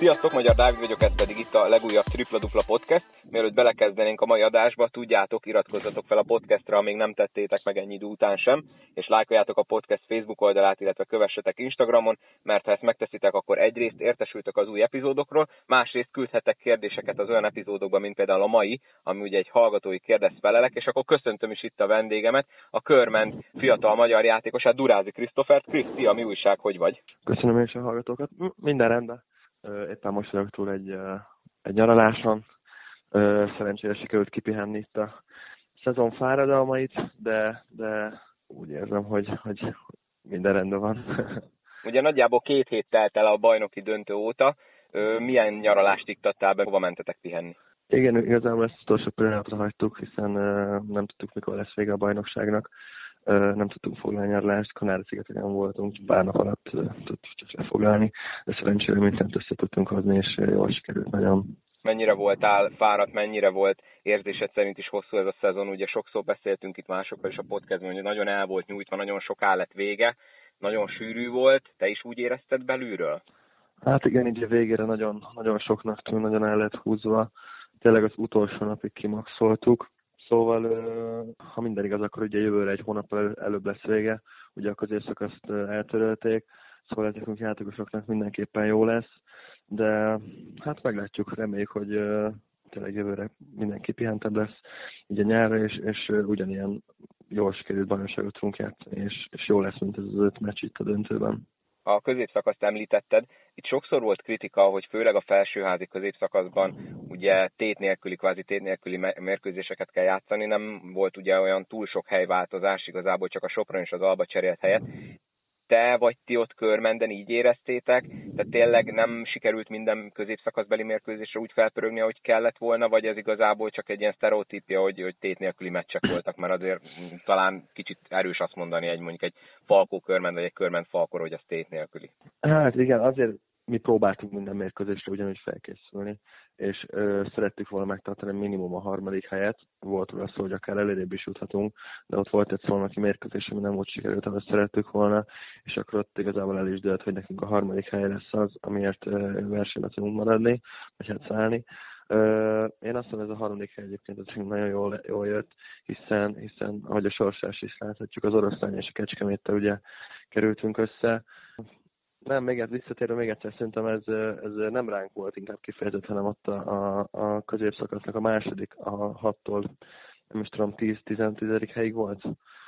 Sziasztok, Magyar Dávid vagyok, ez pedig itt a legújabb Tripla Dupla Podcast. Mielőtt belekezdenénk a mai adásba, tudjátok, iratkozzatok fel a podcastra, amíg nem tettétek meg ennyi idő után sem, és lájkoljátok a podcast Facebook oldalát, illetve kövessetek Instagramon, mert ha ezt megteszitek, akkor egyrészt értesültök az új epizódokról, másrészt küldhetek kérdéseket az olyan epizódokban, mint például a mai, ami ugye egy hallgatói kérdez-felelek, és akkor köszöntöm is itt a vendégemet, a Körmend fiatal magyar játékosát, Durázi Krisztofert. Kriszti, mi újság, hogy vagy? Köszönöm én is a hallgatókat. Minden rendben. Éppen most vagyok túl egy nyaraláson. Szerencsére sikerült kipihenni itt a szezon fáradalmait, de úgy érzem, hogy minden rendben van. Ugye nagyjából 2 hét telt el a bajnoki döntő óta. Milyen nyaralást iktattál be, hova mentetek pihenni? Igen, igazából ezt utolsó pillanatra hagytuk, hiszen nem tudtuk, mikor lesz vége a bajnokságnak. Nem tudtunk foglalni nyaralást, Kanári-szigeteken voltunk, pár nap alatt tudtuk csak lefoglalni, de szerencsére mindent össze tudtunk hozni, és jól sikerült nagyon. Mennyire voltál fáradt, mennyire volt érzésed szerint is hosszú ez a szezon? Ugye sokszor beszéltünk itt másokkal is a podcastban, hogy nagyon el volt nyújtva, nagyon soká lett vége, nagyon sűrű volt. Te is úgy érezted belülről? Hát igen, így a végére nagyon, nagyon soknak tűnt, nagyon el lett húzva. Tényleg az utolsó napig kimaxoltuk. Szóval, ha minden igaz, akkor ugye jövőre egy hónap előbb lesz vége, ugye a középszakaszt eltörölték, szóval ez nekünk játékosoknak mindenképpen jó lesz, de hát meglátjuk, reméljük, hogy tényleg jövőre mindenki pihentebb lesz így a nyárra, és ugyanilyen jól sikerült bajnokságot tudunk játszani, és jó lesz, mint ez az 5 meccs itt a döntőben. A középszakaszt említetted. Itt sokszor volt kritika, hogy főleg a felsőházi középszakaszban ugye tét nélküli mérkőzéseket kell játszani. Nem volt ugye olyan túl sok helyváltozás, igazából csak a Sopron és az Alba cserélt helyet. Te vagy ti ott Körmenden így éreztétek? Tehát tényleg nem sikerült minden középszakaszbeli mérkőzésre úgy felpörögni, ahogy kellett volna, vagy ez igazából csak egy ilyen sztereotípia, hogy tét nélküli meccsek voltak, mert azért talán kicsit erős azt mondani, mondjuk egy Falkó-Körmend vagy egy Körmend-Falkó, hogy az tét nélküli. Hát igen, azért mi próbáltunk minden mérkőzésre ugyanúgy felkészülni, és szerettük volna megtartani minimum a 3. helyet. Volt róla szó, hogy akár előrébb is juthatunk, de ott volt egy szolnoki mérkőzés, ami nem volt sikerült, amit szerettük volna, és akkor ott igazából el is dőlt, hogy nekünk a 3. hely lesz az, amiért versenybe tudunk maradni, vagy hát szállni. Én azt mondom, ez a 3. hely egyébként az nagyon jól jött, hiszen ahogy a sorsás is láthatjuk, az Oroszlány és a Kecskeméttel ugye kerültünk össze. Nem, visszatérve még egyszer, szerintem ez nem ránk volt inkább kifejezett, hanem ott a középszakasznak a második, a 6-tól, nem is tudom, 10-10. helyig volt.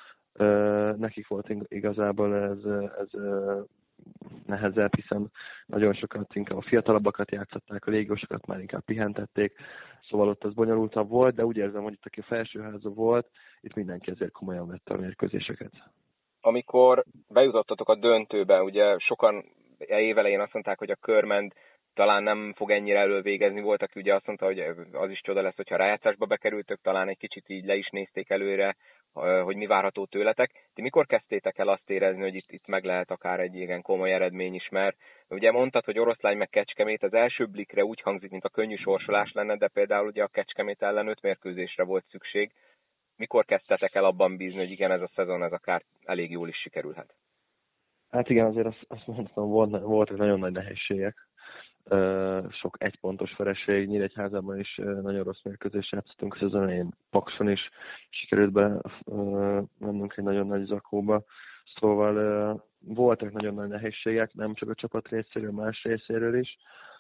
Nekik volt igazából ez nehezebb, hiszen nagyon sokat inkább a fiatalabbakat játszották, a légiósokat már inkább pihentették, szóval ott az bonyolultabb volt, de úgy érzem, hogy itt aki a felsőháza volt, itt mindenki ezért komolyan vette a mérkőzéseket. Amikor bejutottatok a döntőbe, ugye sokan évelején azt mondták, hogy a Körmend talán nem fog ennyire elővégezni, volt, aki ugye azt mondta, hogy az is csoda lesz, hogyha rájátszásba bekerültök, talán egy kicsit így le is nézték előre, hogy mi várható tőletek. Ti mikor kezdtétek el azt érezni, hogy itt meg lehet akár egy igen komoly eredmény is, mert ugye mondtad, hogy Oroszlány meg Kecskemét, az első blikre úgy hangzik, mint a könnyű sorsolás lenne, de például ugye a Kecskemét ellen 5 mérkőzésre volt szükség. Mikor kezdtetek el abban bízni, hogy igen, ez a szezon, ez akár elég jól is sikerülhet? Hát igen, azért azt mondtam, voltak nagyon nagy nehézségek. Sok egypontos vereség, Nyíregyházában is nagyon rossz mérkőzést játszottunk a szezon elején, Pakson is sikerült be mennünk egy nagyon nagy zakóba. Szóval voltak nagyon nagy nehézségek, nem csak a csapat részéről, más részéről is.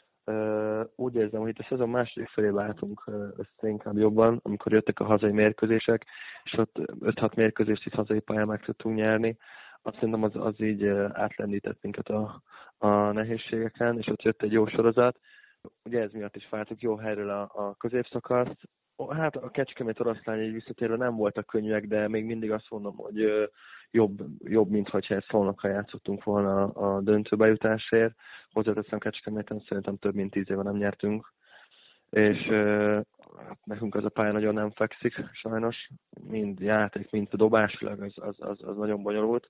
Úgy érzem, hogy itt a szezon második felébe álltunk össze inkább jobban, amikor jöttek a hazai mérkőzések, és ott 5-6 mérkőzést itt hazai pályán meg tudtunk nyerni. Azt szerintem az így átlendített minket a nehézségeken, és ott jött egy jó sorozat. Ugye ez miatt is vártuk jó helyről a középszakaszt. Hát a Kecskemét Oroszlány így visszatérve nem voltak könnyűek, de még mindig azt mondom, hogy jobb mint hogyha ezt Szolnokkal játszottunk volna a döntőbejutásért. Hozzáteszem, Kecskeméten szerintem több mint 10 éve nem nyertünk, és nekünk az a pálya nagyon nem fekszik, sajnos. Mind játék, mind dobásilag, az nagyon bonyolult.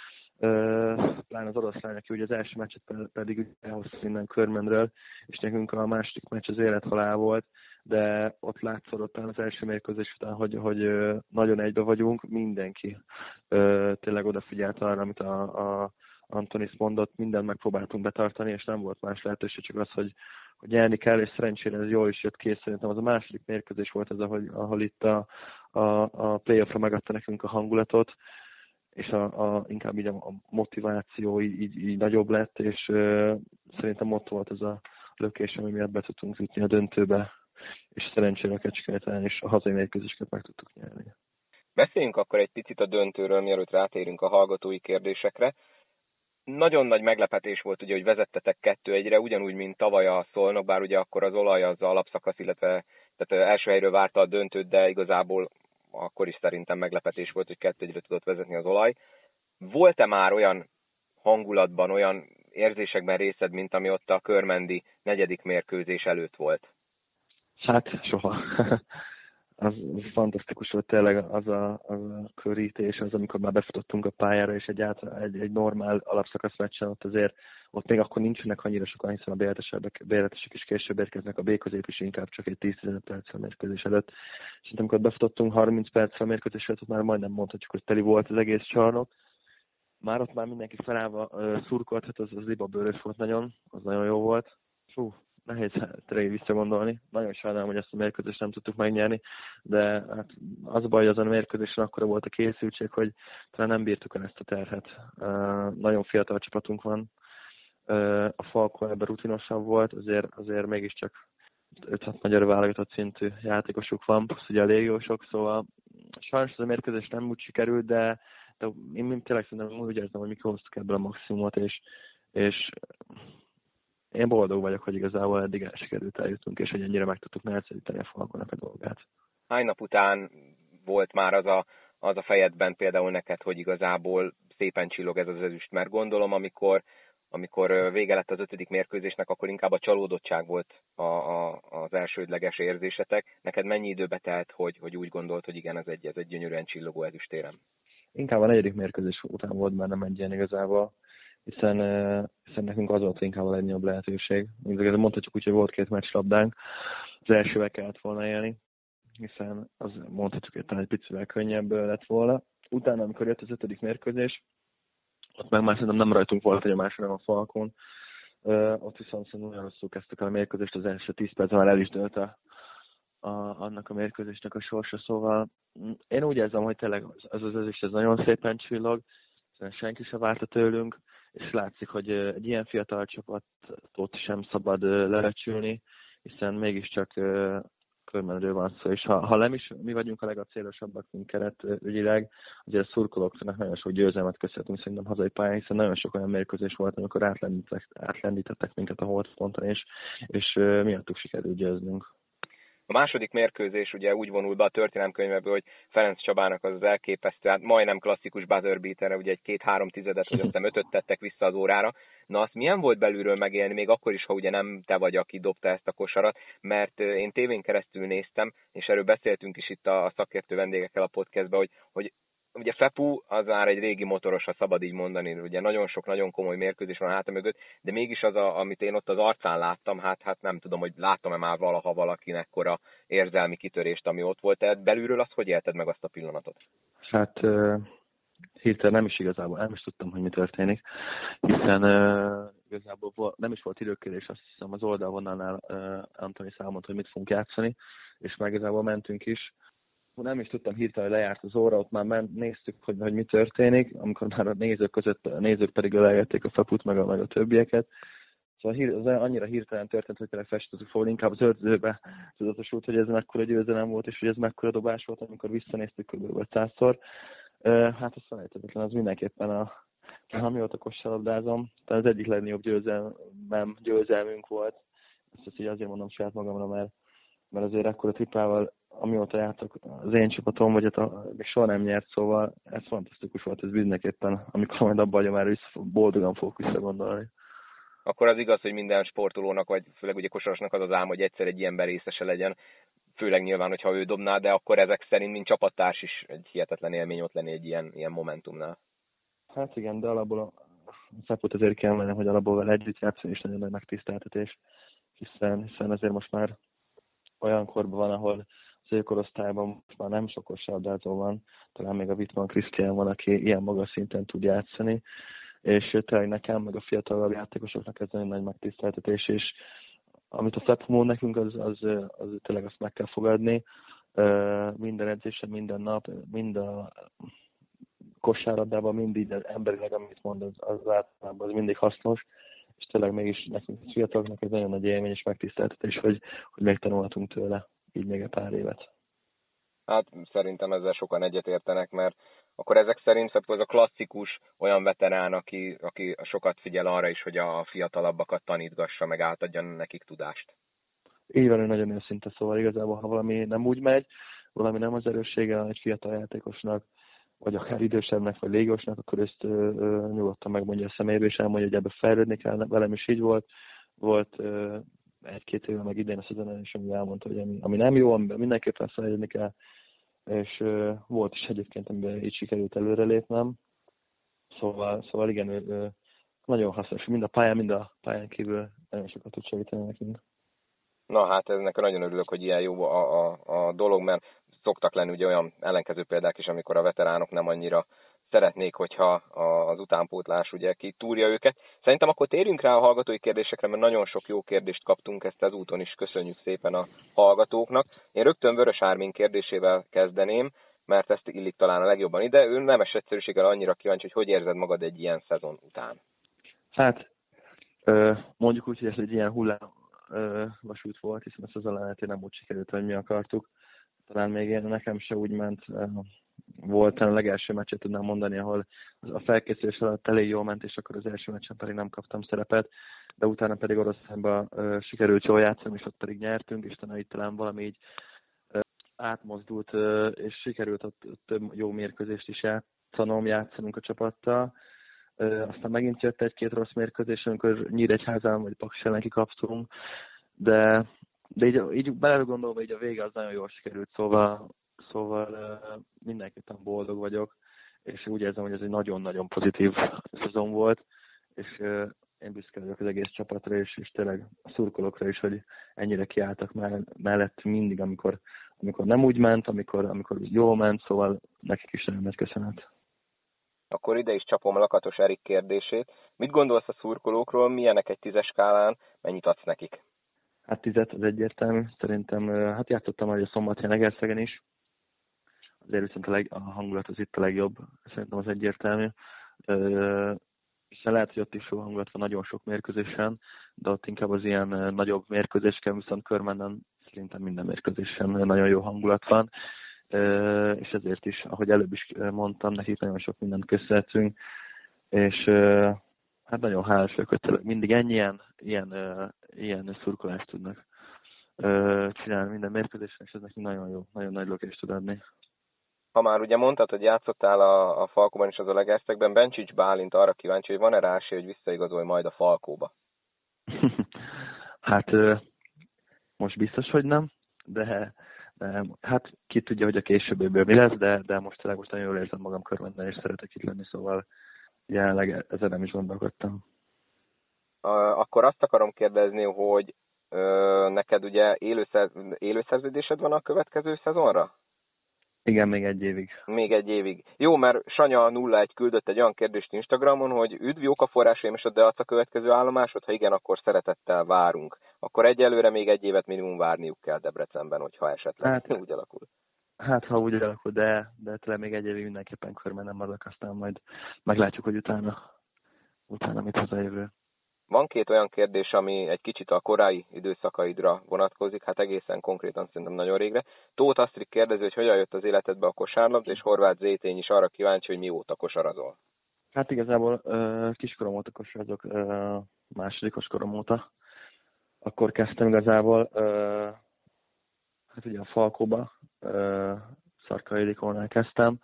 Pláne az Oroszlány, aki ugye az első meccset pedig elhozta minden Körmendről, és nekünk a második meccs az élethalál volt, de ott látszott az első mérkőzés után, hogy nagyon egybe vagyunk, mindenki tényleg odafigyelt arra, amit a Antonis mondott, mindent megpróbáltunk betartani, és nem volt más lehetőség, csak az, hogy nyerni kell, és szerencsére ez jól is jött ki, és szerintem az a második mérkőzés volt ez, ahol itt a playoffra megadta nekünk a hangulatot, és inkább így a motiváció így nagyobb lett, és szerintem ott volt ez a lökés, ami miatt be tudtunk jutni a döntőbe, és szerencsére a Kecskeméten és a hazai mérkőzéseket meg tudtuk nyerni. Beszéljünk akkor egy picit a döntőről, mielőtt rátérünk a hallgatói kérdésekre. Nagyon nagy meglepetés volt, ugye, hogy vezettetek 2-1-re, ugyanúgy, mint tavaly a Szolnok, bár ugye akkor az Olaj az alapszakasz, illetve tehát első helyről várta a döntőt, de igazából akkor is szerintem meglepetés volt, hogy 2-1-re tudott vezetni az Olaj. Volt-e már olyan hangulatban, olyan érzésekben részed, mint ami ott a körmendi 4. mérkőzés előtt volt? Hát soha. Az fantasztikus volt tényleg az a körítés, az, amikor már befutottunk a pályára, és egy normál alapszakasz meccsen ott még akkor nincsenek annyira sokan, hiszen a B-letesek is később érkeznek, a B-közép is inkább csak egy 10-15 perccel a mérkőzés előtt. És amikor befutottunk 30 perccel a mérkőzés előtt, ott már majdnem mondhatjuk, hogy teli volt az egész csarnok. Már mindenki felállva szurkolt, hát az libabőrös volt nagyon, az nagyon jó volt. Nehéz tényleg visszagondolni. Nagyon sajnálom, hogy ezt a mérkőzést nem tudtuk megnyerni, de hát az a baj, hogy azon a mérkőzésen akkora volt a készültség, hogy talán nem bírtuk el ezt a terhet. Nagyon fiatal csapatunk van. A Falcon ebben rutinosabb volt, azért mégiscsak 5-6 magyar válogatott szintű játékosuk van, plusz ugye a légiósok, szóval sajnos ez a mérkőzés nem úgy sikerült, de én tényleg szerintem úgy érzem, hogy mi hoztuk ebből a maximumot, és én boldog vagyok, hogy igazából eddig sikerült eljutunk, és hogy ennyire meg tudtuk nehezíteni a Falconnak a dolgát. Hány nap után volt már az a fejedben például neked, hogy igazából szépen csillog ez az ezüst? Mert gondolom, amikor vége lett az 5. mérkőzésnek, akkor inkább a csalódottság volt az elsődleges érzésetek. Neked mennyi időbe telt, hogy úgy gondolt, hogy igen, ez egy gyönyörűen csillogó ezüstérem? Inkább a 4. mérkőzés után volt már nem egy ilyen igazából, hiszen nekünk az volt inkább a legnagyobb lehetőség. Mondhatjuk úgy, hogy volt 2 meccslabdánk, az elsővel kellett volna élni, hiszen az mondhatjuk, hogy talán egy picivel könnyebb lett volna. Utána, amikor jött az 5. mérkőzés, ott meg már szerintem nem rajtunk volt, hogy a második a Falcon. Ott viszont nagyon rosszul kezdtük el a mérkőzést, az első 10 percben már el is dőlt annak a mérkőzésnek a sorsa, szóval én úgy érzem, hogy tényleg ez nagyon szépen csillog, senki se várta tőlünk, és látszik, hogy egy ilyen fiatal csapatot sem szabad lerecsülni, hiszen mégiscsak körmenről van szó, és ha nem is mi vagyunk a legacélosabbak, mint keretügyileg, ugye a szurkolóknak nagyon sok győzelmet köszönhetünk szerintem hazai pályán, hiszen nagyon sok olyan mérkőzés volt, amikor átlendítettek minket a holdponton, és miattuk sikerült győznünk. A második mérkőzés ugye úgy vonul be a történelemkönyveből, hogy Ferenc Csabának az elképesztő, hát majdnem klasszikus buzzer beaterre, ugye egy 2-3 tizedet, vagy aztán 5-öt tettek vissza az órára. Na azt milyen volt belülről megélni, még akkor is, ha ugye nem te vagy, aki dobta ezt a kosarat, mert én tévén keresztül néztem, és erről beszéltünk is itt a szakértő vendégekkel a podcastban, hogy ugye Fepu az már egy régi motoros, ha szabad így mondani, ugye nagyon sok, nagyon komoly mérkőzés van a háta mögött, de mégis az, amit én ott az arcán láttam, hát nem tudom, hogy láttam-e már valaha valakinek ekkora érzelmi kitörést, ami ott volt. Tehát belülről azt hogy élted meg azt a pillanatot? Hát hirtelen nem is tudtam, hogy mi történik, hiszen igazából nem is volt időkérés, azt hiszem az oldalvonalnál Antoni elmondta, hogy mit fogunk játszani, és már igazából mentünk is. Nem is tudtam hirtelen, hogy lejárt az óra, ott már néztük, hogy mi történik, amikor már a nézők pedig ölelgették a Feput, meg a többieket. Szóval az annyira hirtelen történt, hogy tényleg festettük fogni, inkább az öltözőbe tudatosult, hogy ez mekkora győzelem volt, és hogy ez mekkora dobás volt, amikor visszanéztük kb. 500-szor. Hát az felejthetetlen, az mindenképpen amióta kosárlabdázom, tehát az egyik legnagyobb győzelmünk volt. Ezt így azért mondom saját magamra, mert azért akkora tripával, amióta jártak az én csapatom, vagy még soha nem nyert, szóval ez fantasztikus volt, ez mindenképpen, amikor majd abba hagyom, már boldogan fogok visszagondolni. Akkor az igaz, hogy minden sportolónak, vagy főleg ugye kosarasnak az az álm, hogy egyszer egy ilyenben részese legyen, főleg nyilván, hogyha ő dobná, de akkor ezek szerint, mint csapattárs is egy hihetetlen élmény ott lenni egy ilyen momentumnál. Hát igen, de alapból a Feput azért kell mennem, hogy alapból vele együtt játszani is nagyon nagy megtiszteltetés, hiszen azért most már olyan korban van, ahol az ő korosztályban most már nem sok kosárlabdázó van, talán még a Wittmann Krisztián van, aki ilyen magas szinten tud játszani, és tényleg nekem, meg a fiatalabb játékosoknak ez nagyon nagy megtiszteltetés, és amit a Fab mond nekünk, az tényleg azt meg kell fogadni. Minden edzésen, minden nap, mind a kosárlabdában, mindig emberileg, amit mond, az általában az mindig hasznos, és tényleg mégis nekünk fiataloknak ez nagyon nagy élmény és megtiszteltetés, hogy megtanulhatunk tőle így még egy pár évet. Hát szerintem ezzel sokan egyetértenek, mert akkor ezek szerint ez a klasszikus olyan veterán, aki sokat figyel arra is, hogy a fiatalabbakat tanítgassa, meg átadja nekik tudást. Így van, ő nagyon őszinte, szóval igazából, ha valami nem úgy megy, valami nem az erőssége egy fiatal játékosnak, vagy akár idősebbnek, vagy légiósnak, akkor ezt nyugodtan megmondja a személybe, és elmondja, hogy ebbe fejlődni kell. Velem is így volt. Volt egy-két éve, meg idén a szezonon is, ami elmondta, hogy ami nem jó, amiben mindenképpen fejlődni kell, és volt is egyébként, amiben így sikerült előrelépnem. Szóval igen, ő nagyon hasznos, mind a pályán kívül nagyon sokat tud segíteni nekünk. Na hát ennek nagyon örülök, hogy ilyen jó a dolog, mert szoktak lenni ugye olyan ellenkező példák is, amikor a veteránok nem annyira szeretnék, hogyha az utánpótlás ugye kitúrja őket. Szerintem akkor térjünk rá a hallgatói kérdésekre, mert nagyon sok jó kérdést kaptunk ezt az úton is, köszönjük szépen a hallgatóknak. Én rögtön Vörös Ármin kérdésével kezdeném, mert ezt illik talán a legjobban ide. Ő nemes egyszerűséggel annyira kíváncsi, hogy érzed magad egy ilyen szezon után? Hát mondjuk úgy, hogy ez egy ilyen hullámvasút volt, hiszen a szezon elején nem úgy sikerült, hogy mi akartuk. Talán még nekem se úgy ment, volt a legelső meccset tudnám mondani, ahol a felkészülés alatt elég jól ment, és akkor az első meccsen pedig nem kaptam szerepet, de utána pedig Oroszlányban sikerült jól játszani, és ott pedig nyertünk, és talán itt talán valami így átmozdult, és sikerült ott több jó mérkőzést is játszanunk a csapattal. Aztán megint jött egy-két rossz mérkőzés, amikor Nyíregyházán vagy Paks ellen kikaptunk, de így belegondolva, így a vége az nagyon jól sikerült, szóval mindenképpen boldog vagyok, és úgy érzem, hogy ez egy nagyon-nagyon pozitív szezon volt, és én büszke vagyok az egész csapatra, és tényleg a szurkolókra is, hogy ennyire kiálltak mellett mindig, amikor nem úgy ment, amikor jól ment, szóval nekik is nagyon nagy köszönet. Akkor ide is csapom Lakatos Erik kérdését. Mit gondolsz a szurkolókról, milyenek egy 10-es skálán, mennyit adsz nekik? Hát 10 az egyértelmű. Szerintem, hát játszottam már a Szombathelyen, Egerszegen is. Azért viszont a hangulat az itt a legjobb. Szerintem az egyértelmű. Hiszen lehet, hogy ott is jó hangulat van nagyon sok mérkőzésen, de ott inkább az ilyen nagyobb mérkőzéseken, viszont Körmenden szerintem minden mérkőzésen nagyon jó hangulat van. És ezért is, ahogy előbb is mondtam, nekik nagyon sok mindent köszönhetünk, és hát nagyon hálás vagyok, hogy mindig ilyen szurkolást tudnak csinálni minden mérkőzésen, és ez nekünk nagyon jó, nagyon nagy lökést tud adni. Ha már ugye mondtad, hogy játszottál a Falkóban és az Zalaegerszegben, Bencsics Bálint arra kíváncsi, hogy van-e rá esély, hogy visszaigazolj majd a Falkóba? Hát most biztos, hogy nem, de hát ki tudja, hogy a későbbéből mi lesz, de most nagyon jól érzem magam Körmenden, és szeretek itt lenni, szóval jelenleg ezen nem is gondolkodtam. Akkor azt akarom kérdezni, hogy neked ugye élő szerződésed van a következő szezonra? Igen, még egy évig. Még egy évig. Jó, mert Sanya 01 küldött egy olyan kérdést Instagramon, hogy üdv, jók a forrásaim és a Deac a következő állomásod, ha igen, akkor szeretettel várunk. Akkor egyelőre még egy évet minimum várniuk kell Debrecenben, hogyha esetleg úgy alakul. Hát, ha úgy alakul, de talán még egy évig mindenképpen Körmenden maradok, aztán majd meglátjuk, hogy utána mit hazajövő. Van két olyan kérdés, ami egy kicsit a korai időszakaidra vonatkozik, hát egészen konkrétan szerintem nagyon régre. Tóth Asztrik kérdezi, hogy hogyan jött az életedbe a kosárlabda, és Horváth Zétény is arra kíváncsi, hogy mióta kosarazol. Hát igazából kiskorom óta kosarazok, másodikos korom óta. Akkor kezdtem igazából, hát ugye a Falkóba, Szarkai Ildikónál kezdtem.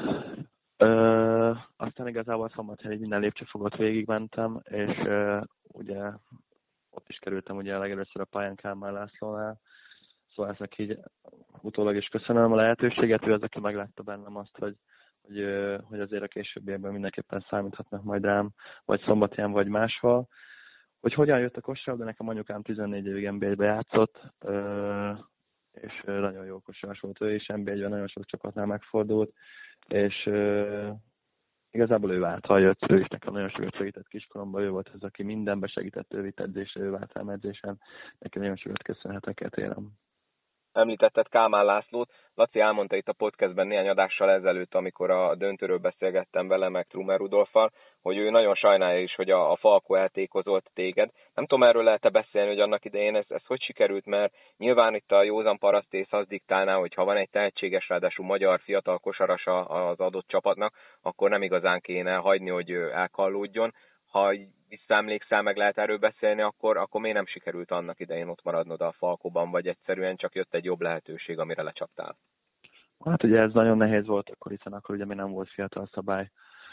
Aztán igazából Szombathelyen minden lépcsőfokot végigmentem, és ugye ott is kerültem ugye legelőször a pályán Kálmán Lászlónál, szóval ezek így utólag is köszönöm a lehetőséget, ő az, aki meglátta bennem azt, hogy azért a későbbiekben mindenképpen számíthatnak majd rám, vagy Szombathelyen, vagy máshol. Hogy hogyan jött a kosárlabda, nekem anyukám 14 évig NB1-be játszott, és nagyon jó kosaras volt ő is, NB1-ben nagyon sok csapatnál megfordult, és igazából ő által jött, ő is nekem nagyon sokat segített kiskoromban, ő volt az, aki mindenben segített, ő vitt edzésre, ő vált rám edzésen, neki nagyon sokat köszönhetek, érem. Említetted Kálmán Lászlót. Laci elmondta itt a podcastben néhány adással ezelőtt, amikor a döntőről beszélgettem vele, meg Trumer Rudolffal, hogy ő nagyon sajnálja is, hogy a Falko eltékozolt téged. Nem tudom, erről lehet-e beszélni, hogy annak idején ez hogy sikerült, mert nyilván itt a józan parasztész az diktálná, hogy ha van egy tehetséges, ráadásul magyar fiatal kosaras az adott csapatnak, akkor nem igazán kéne hagyni, hogy elkallódjon. Ha visszaemlékszel, meg lehet erről beszélni, akkor miért nem sikerült annak idején ott maradnod a Falkóban, vagy egyszerűen csak jött egy jobb lehetőség, amire lecsaptál? Hát ugye ez nagyon nehéz volt akkor, hiszen akkor ugye még nem volt fiatal szabály.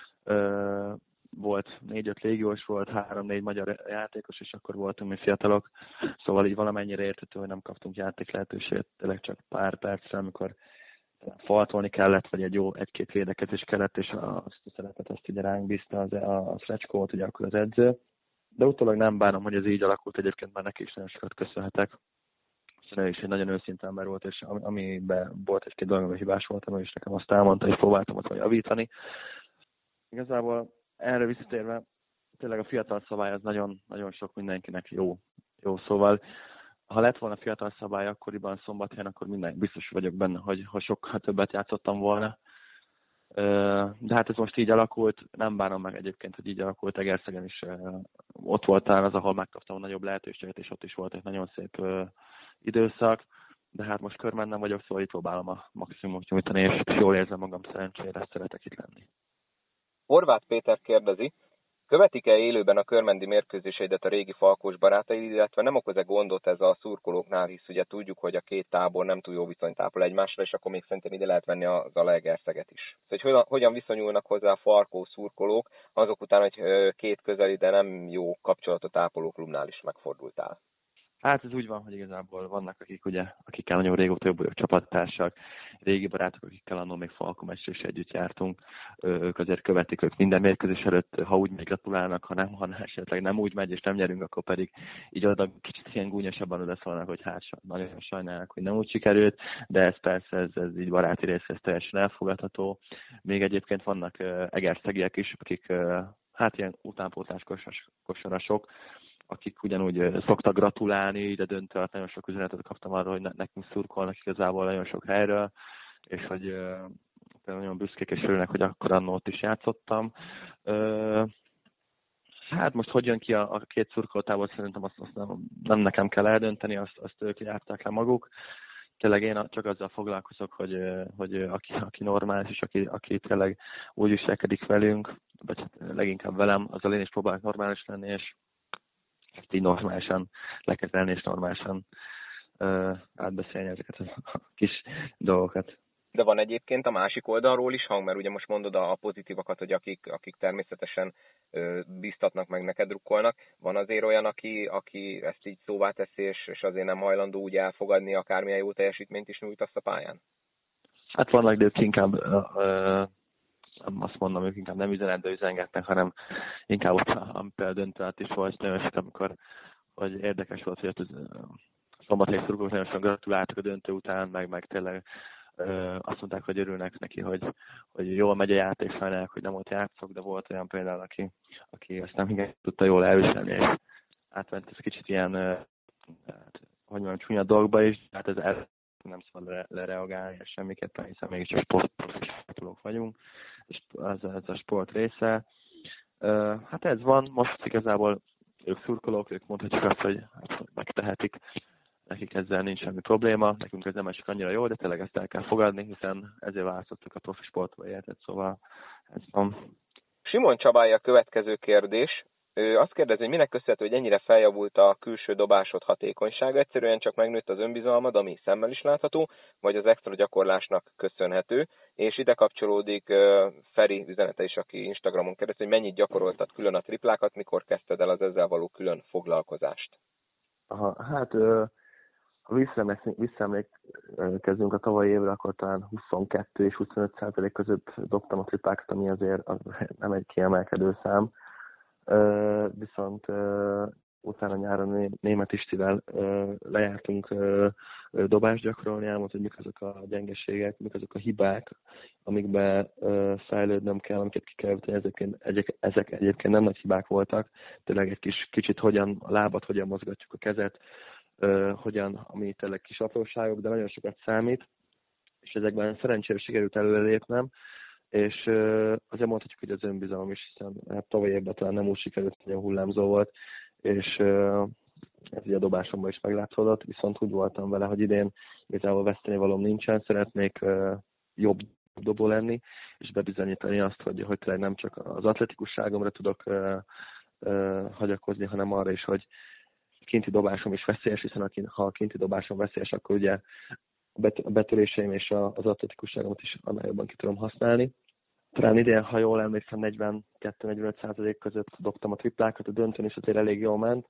Volt 4-5 légiós, volt 3-4 magyar játékos, és akkor voltunk mi fiatalok. Szóval így valamennyire érthető, hogy nem kaptunk játék lehetőséget, tényleg csak pár percre, amikor faltolni kellett, vagy egy-két védekezés kellett, és azt a szerepet azt ugye ránk bízta a Szrecskó volt ugye akkor az edző. De utólag nem bánom, hogy ez így alakult, egyébként már neki is nagyon sokat köszönhetek. Ő is egy nagyon őszinte ember volt, és amiben volt egy-két dolog, ami hibás voltam, és nekem azt elmondta, hogy próbáltam ott javítani. Igazából erre visszatérve, tényleg a fiatal szabály az nagyon, nagyon sok mindenkinek jó. Szóval, ha lett volna fiatal szabály akkoriban Szombathelyen, akkor minden biztos vagyok benne, hogy sokkal többet játszottam volna. De hát ez most így alakult, nem bánom meg egyébként, hogy így alakult. Egerszegen is ott voltál az, ahol megkaptam a nagyobb lehetőséget, és ott is volt egy nagyon szép időszak. De hát most körben nem vagyok, szóval itt próbálom a maximumot nyújtani, és jól érzem magam, szerencsére szeretek itt lenni. Horváth Péter kérdezi, követik-e élőben a körmendi mérkőzéseidet a régi falkós barátaid, illetve nem okoz-e gondot ez a szurkolóknál, hisz ugye tudjuk, hogy a két tábor nem túl jó viszonyt ápol egymásra, és akkor még szerintem ide lehet venni a Zalaegerszeget is. Szóval, hogy hogyan viszonyulnak hozzá a Falkó szurkolók, azok után, hogy két közeli, de nem jó kapcsolatot ápoló klubnál is megfordultál? Hát ez úgy van, hogy igazából vannak, akikkel nagyon régóta jobb vagyok csapattársak, régi barátok, akikkel annól még Falko meccsre is együtt jártunk. Ők azért követik, ők minden mérkőzés előtt, ha úgy megy, gratulálnak, ha esetleg nem úgy megy és nem nyerünk, akkor pedig így oda kicsit ilyen gúnyosabban odaszólnak, hogy hát nagyon sajnálják, hogy nem úgy sikerült, de ez persze, ez így baráti rész, ez teljesen elfogadható. Még egyébként vannak egerszegiek is, akik hát ilyen utánpótlás kosarasok, akik ugyanúgy szoktak gratulálni, de döntő alatt nagyon sok üzenetet kaptam arról, hogy nekünk szurkolnak igazából nagyon sok helyről, és hogy például nagyon büszkék és örülnek, hogy akkor annól ott is játszottam. Hát most hogy jön ki a két szurkolótából, szerintem azt nem nekem kell eldönteni, azt ők járták le maguk. Tényleg én csak azzal foglalkozok, hogy aki normális, és aki tényleg úgy viselkedik velünk, vagy leginkább velem, azzal én is próbálok normális lenni, és ezt így normálisan lekezelni, és normálisan átbeszélni ezeket a kis dolgokat. De van egyébként a másik oldalról is hang, mert ugye most mondod a pozitívakat, hogy akik természetesen bíztatnak meg, neked drukkolnak. Van azért olyan, aki ezt így szóvá teszi, és azért nem hajlandó úgy elfogadni, akármilyen jó teljesítményt is nyújtasz a pályán? Hát vannak, de ők inkább azt mondom, ők inkább nem üzenetbe üzengetnek, hanem inkább ott, például döntő át is volt, nagyon sok, amikor hogy érdekes volt, hogy a Szombathelyi szurkolók nagyon sokan gratuláltak a döntő után, meg tényleg azt mondták, hogy örülnek neki, hogy jól megy a játék, sajnálják, hogy nem ott játszok, de volt olyan például, aki ezt nem igen tudta jól elviselni, és átment ez kicsit ilyen, hogy mondjam, csúnya dolgba is, hát ez nem szabad lereagálni, és semmiképpen, hiszen mégiscsak sportolók vagyunk, és ez a sport része. Hát ez van, most igazából ők szurkolók, ők mondhatjuk azt, hogy megtehetik, nekik ezzel nincs semmi probléma, nekünk ez nem esik annyira jó, de tényleg ezt el kell fogadni, hiszen ezért választottuk a profi sportba életet, szóval ez van. Simon Csabály a következő kérdés. Ő azt kérdezi, hogy minek köszönhető, hogy ennyire feljavult a külső dobásod hatékonysága, egyszerűen csak megnőtt az önbizalmad, ami szemmel is látható, vagy az extra gyakorlásnak köszönhető, és ide kapcsolódik Feri üzenete is, aki Instagramon kérdezi, hogy mennyit gyakoroltad külön a triplákat, mikor kezdted el az ezzel való külön foglalkozást? Aha, hát ha visszaemlékezünk a tavalyi évre, akkor talán 22 és 25% között dobtam a triplákat, ami azért nem egy kiemelkedő szám. Viszont utána nyáron Németh Istivel lejártunk dobást gyakorolni, elmondta, hogy mik azok a gyengeségek, mik azok a hibák, amikbe fejlődnöm kell, amiket ki kell javítani. Ezek egyébként nem nagy hibák voltak, tényleg egy kicsit hogyan a lábat, hogyan mozgatjuk a kezet, ami tényleg kis apróságok, de nagyon sokat számít, és ezekben szerencsére sikerült előrelépnem, és azért mondhatjuk, hogy az önbizalom is, hiszen hát tavaly évben talán nem úgy sikerült, hogy hullámzó volt, és ez ugye a dobásomban is meglátszódott, viszont úgy voltam vele, hogy idén igazából vesztenivalóm nincsen, szeretnék jobb dobó lenni, és bebizonyítani azt, hogy tényleg nem csak az atletikusságomra tudok hagyatkozni, hanem arra is, hogy kinti dobásom is veszélyes, hiszen ha a kinti dobásom veszélyes, akkor ugye a betöréseim és az atletikusságomat is annál jobban ki tudom használni. Talán idén, ha jól emlékszem, 42-45% között dobtam a triplákat, a döntőn is azért elég jól ment.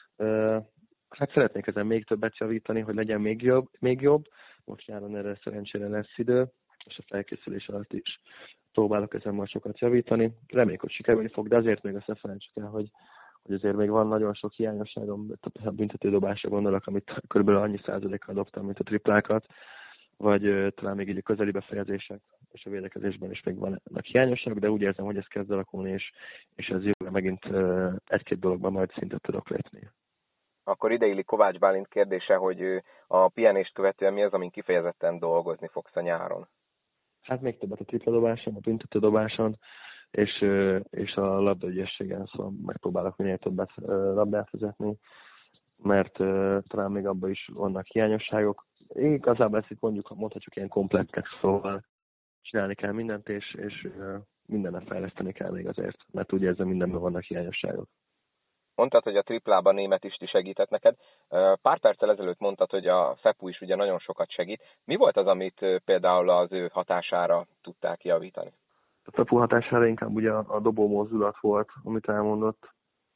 Hát szeretnék ezen még többet javítani, hogy legyen még jobb. Most nyáron erre szerencsére lesz idő, és a felkészülés alatt is próbálok ezen majd sokat javítani. Reméljük, hogy sikerülni fog, de azért még azt ne felejtsük el, hogy azért még van nagyon sok hiányosságom, a büntetődobásra gondolok, amit kb. Annyi százalékkal dobtam, mint a triplákat, vagy talán még így a közeli befejezések és a védekezésben is még vannak hiányosságok, de úgy érzem, hogy ez kezd alakulni, és ez jövőre megint egy-két dologban majd szintet tudok lépni. Akkor ideillik Kovács Bálint kérdése, hogy a pihenést követően mi az, amin kifejezetten dolgozni fogsz a nyáron? Hát még többet a tripladobáson, a büntetődobáson, és a labdaügyességen, szóval megpróbálok minél többet labdát vezetni, mert talán még abban is vannak hiányosságok. Igazából ezt itt mondhatjuk ilyen komplettnek, szóval csinálni kell mindent, és mindennel fejleszteni kell még azért, mert úgy érzem, mindenben vannak hiányosságok. Mondtad, hogy a triplában Németh Isti segített neked. Pár perccel ezelőtt mondtad, hogy a Fepu is ugye nagyon sokat segít. Mi volt az, amit például az ő hatására tudták javítani? A Fepu hatására inkább ugye a dobó mozdulat volt, amit elmondott,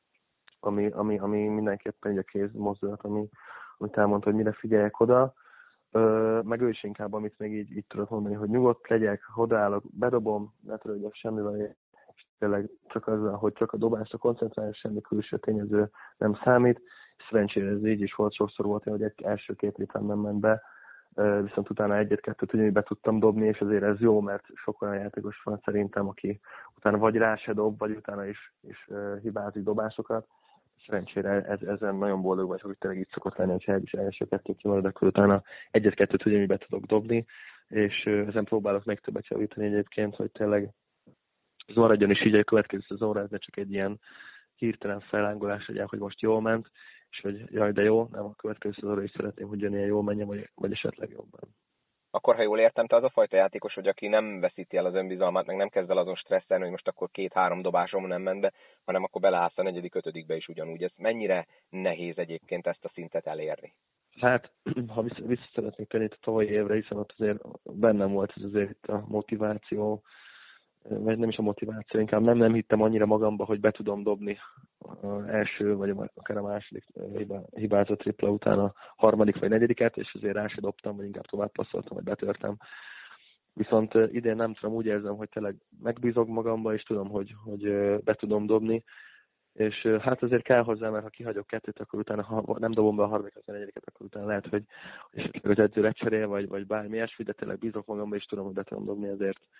ami mindenképpen egy a kéz mozdulat, amit elmondta, hogy mire figyeljek oda. Meg ő is inkább, amit még így tudok mondani, hogy nyugodt legyek, odaállok, bedobom, ne törődjek semmivel, tényleg csak azzal, hogy csak a dobásra koncentrálni, semmi külső tényező nem számít. Szerencsére ez így is volt, sokszor volt, hogy egy első két lépem nem ment be, viszont utána egyet-kettőt ugyanúgy be tudtam dobni, és azért ez jó, mert sok olyan játékos van szerintem, aki utána vagy rá se dob, vagy utána is hibázik dobásokat. Szerencsére ezen nagyon boldog vagyok, hogy tényleg így szokott lenni, hogyha egy is első kettő kimarad, akkor utána egyet-kettőt ugyanúgy be tudok dobni, és ezen próbálok még többet javítani egyébként, hogy tényleg ez maradjon is így a következő szezonra, ez ne csak egy ilyen hirtelen fellángolás legyen, hogy most jól ment, és hogy jaj, de jó, nem a következő szezonra is szeretném, hogy ilyen jól menjen, vagy esetleg jobban. Akkor, ha jól értem, te az a fajta játékos, hogy aki nem veszíti el az önbizalmát, meg nem kezd el azon stresszelni, hogy most akkor 2-3 dobásom nem ment be, hanem akkor beleállsz a 4.-5. is ugyanúgy. Ez mennyire nehéz egyébként ezt a szintet elérni? Hát, ha vissza szeretnék tenni a tavalyi évre, hiszen ott azért bennem volt ez azért a motiváció, vagy nem is a motiváció, inkább nem hittem annyira magamba, hogy be tudom dobni az első, vagy akár a második hibázott tripla után a harmadik vagy negyediket, és azért rá se dobtam, vagy inkább tovább passzoltam, vagy betörtem. Viszont idén nem tudom, úgy érzem, hogy tényleg megbízok magamba, és tudom, hogy be tudom dobni, és hát azért kell hozzá, mert ha kihagyok kettőt, akkor utána, ha nem dobom be a harmadikat, vagy a negyediket, akkor utána lehet, hogy esetleg az edző lecserél, vagy bármi ilyesmi, de tényleg bízok magamba, és tudom, hogy be tudom dobni,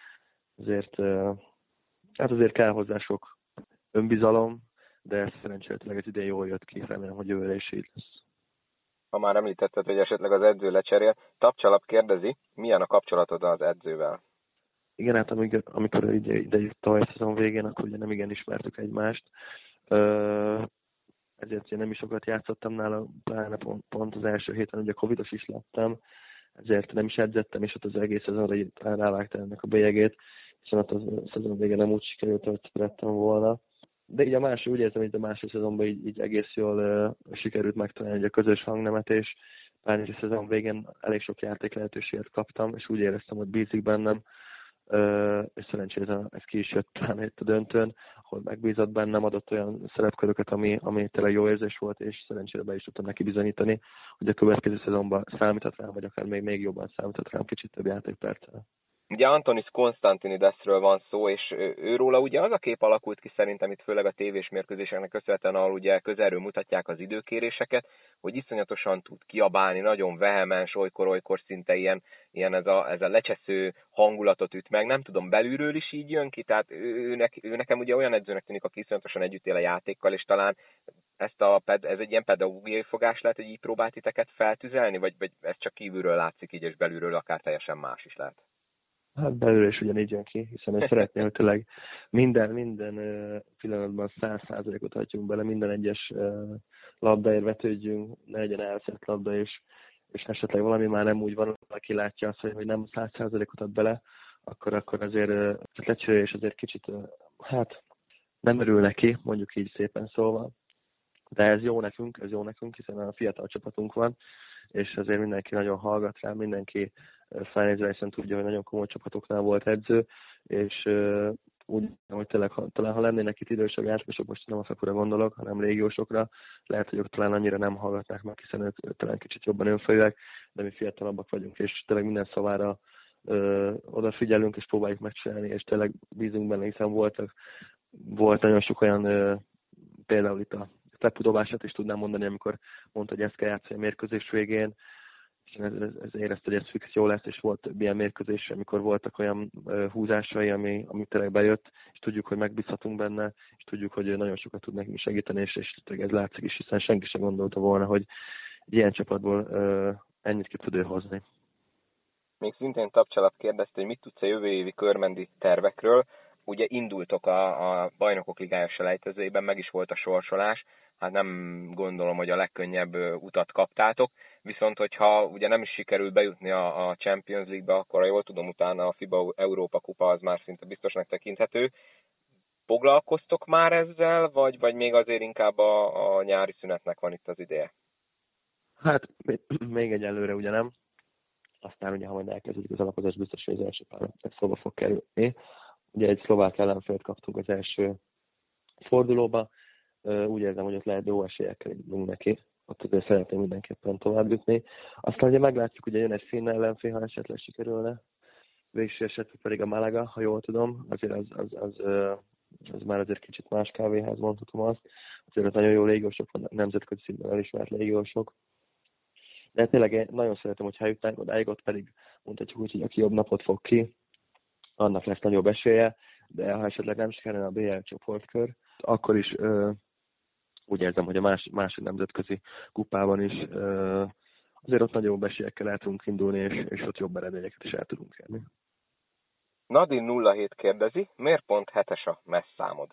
azért kell hozzá sok önbizalom, de szerencséletileg ez idén jól jött ki, remélem, hogy jövőre is így lesz. Ha már említetted, hogy esetleg az edző lecserél, Tapcsalap kérdezi, milyen a kapcsolatod az edzővel? Igen, hát amikor ide jött a szezon végén, akkor ugye nem igen ismertük egymást. Ezért ugye nem is sokat játszottam nála, pláne pont az első héten ugye covidos is lettem, ezért nem is edzettem, és ott az egész szezonra rávágta ennek a bélyegét, hiszen ott a szezon végén nem úgy sikerült, hogy szerettem volna. De így úgy érzem, hogy a második szezonban így egész jól sikerült megtalálni a közös hangnemet, és pár a szezon végén elég sok játék lehetőséget kaptam, és úgy éreztem, hogy bízik bennem, és szerencsére ez ki is jött pláne itt a döntőn, ahol megbízott bennem, adott olyan szerepköröket, ami tényleg jó érzés volt, és szerencsére be is tudtam neki bizonyítani, hogy a következő szezonban számíthat rám, vagy akár még jobban számíthat rám kicsit több játékperccel. Ugye Antonis Konstantinidesről van szó, és őróla ugye az a kép alakult ki szerintem itt főleg a tévés mérkőzéseknek köszönhetően, ahol ugye közelről mutatják az időkéréseket, hogy iszonyatosan tud kiabálni, nagyon vehemens, olykor szinte ilyen ez a lecsesző hangulatot üt meg. Nem tudom, belülről is így jön ki, tehát ő nekem ugye olyan edzőnek tűnik, aki iszonyatosan együtt él a játékkal, és talán ez egy ilyen pedagógiai fogás lehet, hogy így próbált titeket feltüzelni, vagy ez csak kívülről látszik így, és belülről akár teljesen más is lehet? Hát belőle is ugyanígy jön ki, hiszen ő szeretné, hogy tényleg minden pillanatban 100%-ot adjunk bele, minden egyes labdaért vetődjünk, ne legyen elszett labda, és esetleg valami már nem úgy van, aki látja azt, hogy nem 100%-ot ad bele, akkor azért lecserélés azért kicsit, hát nem örül neki, mondjuk így szépen szólva. De ez jó nekünk, hiszen a fiatal csapatunk van, és azért mindenki nagyon hallgat rá, mindenki felnézve, hiszen tudja, hogy nagyon komoly csapatoknál volt edző, és úgy, hogy tényleg, talán ha lennének itt idősebb játékosok, most nem a Szakura gondolok, hanem régiósokra, lehet, hogy ők talán annyira nem hallgatnák meg, hiszen ők talán kicsit jobban önfejűek, de mi fiatalabbak vagyunk, és tényleg minden szavára odafigyelünk, és próbáljuk megcsinálni, és tényleg bízunk benne, hiszen volt nagyon sok olyan, például itt a lepudobását is tudnám mondani, amikor mondta, hogy ezt kell játszani a mérkőzés végén, és ez érezte, hogy ez fix jó lesz, és volt több ilyen mérkőzés, amikor voltak olyan húzásai, ami tényleg bejött, és tudjuk, hogy megbízhatunk benne, és tudjuk, hogy nagyon sokat tud nekünk segíteni, és ez látszik is, hiszen senki sem gondolta volna, hogy egy ilyen csapatból ennyit ki tud ő hozni. Még szintén Tapcsalap kérdezte, hogy mit tudsz a jövő évi körmendi tervekről. Ugye indultok a Bajnokok Ligája selejtezőjében, meg is volt a sorsolás, hát nem gondolom, hogy a legkönnyebb utat kaptátok, viszont hogyha ugye nem is sikerül bejutni a Champions League-be, akkor ha jól tudom, utána a FIBA Európa kupa az már szinte biztosnak tekinthető. Foglalkoztok már ezzel, vagy még azért inkább a nyári szünetnek van itt az ideje? Hát még egyelőre ugye nem. Aztán ugye, ha majd elkezdődik az alapozás, biztos, hogy az első pár szóba fog kerülni. Ugye egy szlovák ellenfélt kaptunk az első fordulóba. Úgy érzem, hogy ott lehet jó esélyekkel indulunk neki. Ott azért szeretném mindenképpen tovább jutni. Aztán ugye meglátjuk, ugye jön egy finn ellenfél, ha esetleg sikerülne. Végső esetleg pedig a Malaga, ha jól tudom. Azért az már azért kicsit más kávéház, mondhatom azt. Azért az nagyon jó légiósok vannak, nemzetközi szinten elismert légiósok. De tényleg én nagyon szeretem, hogy eljutnánk odáig, ott pedig mondhatjuk úgy, hogy aki jobb napot fog ki, annak lesz nagyobb esélye, de ha esetleg nem sikerül a BL csoportkör, akkor is úgy érzem, hogy a másik nemzetközi kupában is azért ott nagyobb esélyekkel el tudunk indulni, és ott jobb eredményeket is el tudunk érni. Nadine 07 kérdezi, miért pont 7-es a messzámod?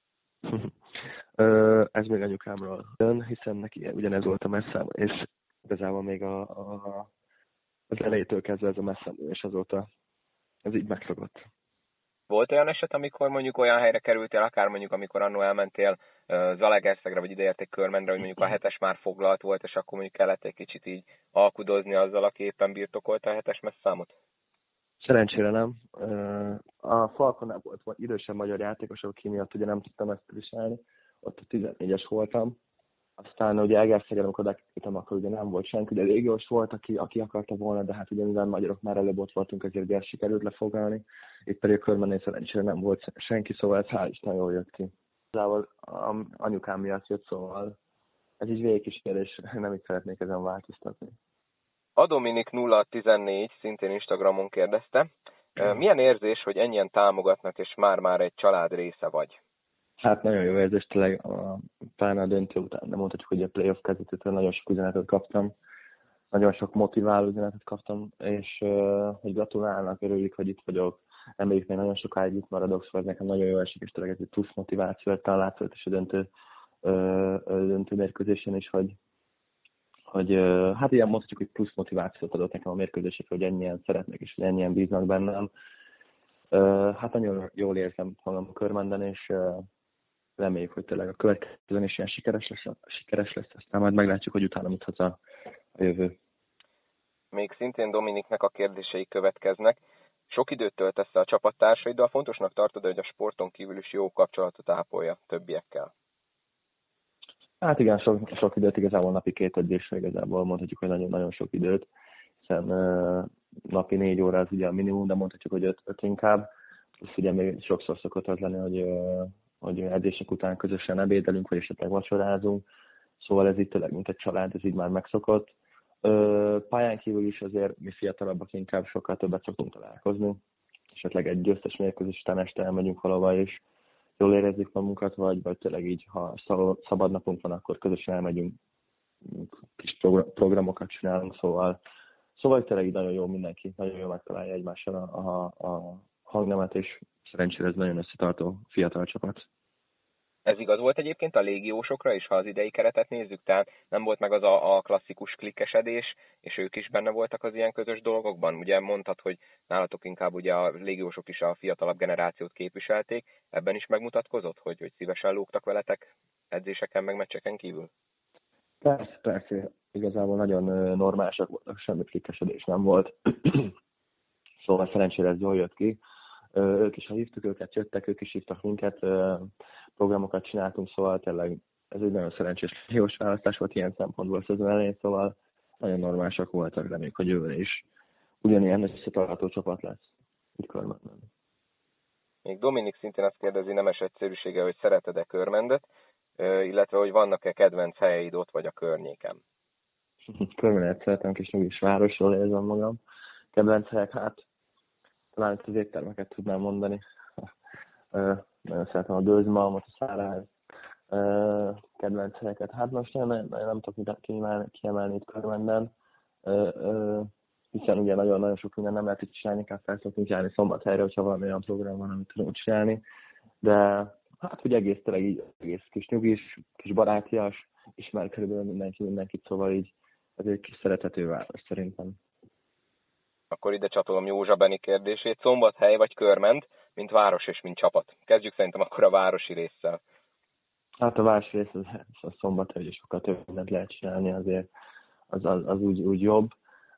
Ez még anyukámról jön, hiszen neki ugyanez volt a messzám, és igazából még az elejétől kezdve ez a messzám, és azóta ez így megfogott. Volt olyan eset, amikor mondjuk olyan helyre kerültél, akár mondjuk amikor annól elmentél Zalaegerszegre, vagy ideérték Körmendre, hogy mondjuk a 7-es már foglalt volt, és akkor mondjuk kellett egy kicsit így alkudozni azzal, aki éppen birtokolta a 7-es messzámot? Szerencsére nem. A Falconnál volt idősebb magyar játékos, aki miatt ugye nem tudtam ezt viselni. Ott a 14-es voltam. Aztán ugye Egerszegen, amikor odakerültem, akkor ugye nem volt senki, de légiós volt, aki akarta volna, de hát ugye mivel magyarok már előbb ott voltunk, ezért ugye sikerült lefoglalni. Itt pedig a Körmennél szerencsére nem volt senki, szóval ez hál' Isten jól jött ki. Igazából anyukám miatt jött, szóval ez így végigkísér, és nem így szeretnék ezen változtatni. A Dominik 014 szintén Instagramon kérdezte, milyen érzés, hogy ennyien támogatnak, és már egy család része vagy? Hát nagyon jó érzés, tényleg pláne a döntő után, nem mondhatjuk, hogy a playoff kezdetőtől nagyon sok üzenetet kaptam, nagyon sok motiváló üzenetet kaptam, és hogy gratulálnak, örüljük, hogy itt vagyok, reméljük még nagyon sokáig itt maradok, szóval ez nekem nagyon jó esik, és tényleg ez egy plusz motiváció, talán látszott is a döntő mérkőzésen is, hogy hát ilyen mondhatjuk, hogy plusz motivációt adott nekem a mérkőzésekre, hogy ennyien szeretnek, és hogy ennyien bíznak bennem. Hát nagyon jól érzem magam a Körmenden, és reméljük, hogy tényleg a következőn is ilyen sikeres lesz, aztán majd meglátjuk, hogy utána mit hoz a jövő. Még szintén Dominiknek a kérdései következnek. Sok időt töltesz a csapattársaiddal, fontosnak tartod, hogy a sporton kívül is jó kapcsolatot ápolja többiekkel? Hát igen, sok időt, igazából napi 2 edzésre igazából mondhatjuk, hogy nagyon-nagyon sok időt, hiszen napi 4 óra az ugye a minimum, de mondhatjuk, hogy 5 inkább. És ugye még sokszor szokott az lenni, hogy edzések után közösen ebédelünk, vagy esetleg vacsorázunk. Szóval ez itt tényleg, mint egy család, ez így már megszokott. Pályán kívül is azért mi fiatalabbak inkább sokkal többet szoktunk találkozni. Esetleg egy győztes mérkőzés után este elmegyünk valahova, és jól érezzük magunkat, vagy tényleg így, ha szabad napunk van, akkor közösen elmegyünk, kis programokat csinálunk, szóval tényleg így nagyon jó mindenki, nagyon jól megtalálja egymással a hangnemet, és szerencsére ez nagyon összetartó fiatal csapat. Ez igaz volt egyébként a légiósokra is, ha az idei keretet nézzük, tehát nem volt meg az a klasszikus klikkesedés, és ők is benne voltak az ilyen közös dolgokban. Ugye mondtad, hogy nálatok inkább ugye a légiósok is a fiatalabb generációt képviselték, ebben is megmutatkozott, hogy szívesen lógtak veletek edzéseken, meg meccseken kívül? Persze, igazából nagyon normálisak voltak, semmi klikkesedés nem volt. Szóval szerencsére ez jól jött ki. Ők is, ha hívtuk őket, jöttek, ők is hívtak minket, programokat csináltunk, szóval tényleg ez egy nagyon szerencsés légiós választás volt ilyen szempontból a szezon elején, szóval nagyon normálisak voltak, reméljük, hogy jövőre is ugyanilyen összetartó csapat lesz. Így Körmendben. Még Dominik szintén azt kérdezi nemes egyszerűsége, hogy szereted-e Körmendet, illetve hogy vannak-e kedvenc helyeid ott vagy a környéken? Körmendet szeretem, és nyugis városról érzem magam. Kedvenc helyek, hát talán itt az éttermeket tudnám mondani. Nagyon szeretem a Gőzmalmot, a Száráz kedvenc helyeket. Hát most nem tudok kiemelni itt Körmenden, hiszen ugye nagyon sok minden nem lehet itt csinálni, inkább fel szoktunk járni Szombathelyre, hogyha valami olyan program van, amit tudunk csinálni. De hát ugye egész kis nyugis, kis barátias, ismer körülbelül mindenkit, szóval így ez egy kis szerethető város szerintem. Akkor ide csatolom Józsa Beni kérdését. Szombathely vagy Körmend, mint város és mint csapat? Kezdjük szerintem akkor a városi résszel. Hát a városi rész az Szombathely, hogy sokkal több mindent lehet csinálni, azért az úgy jobb.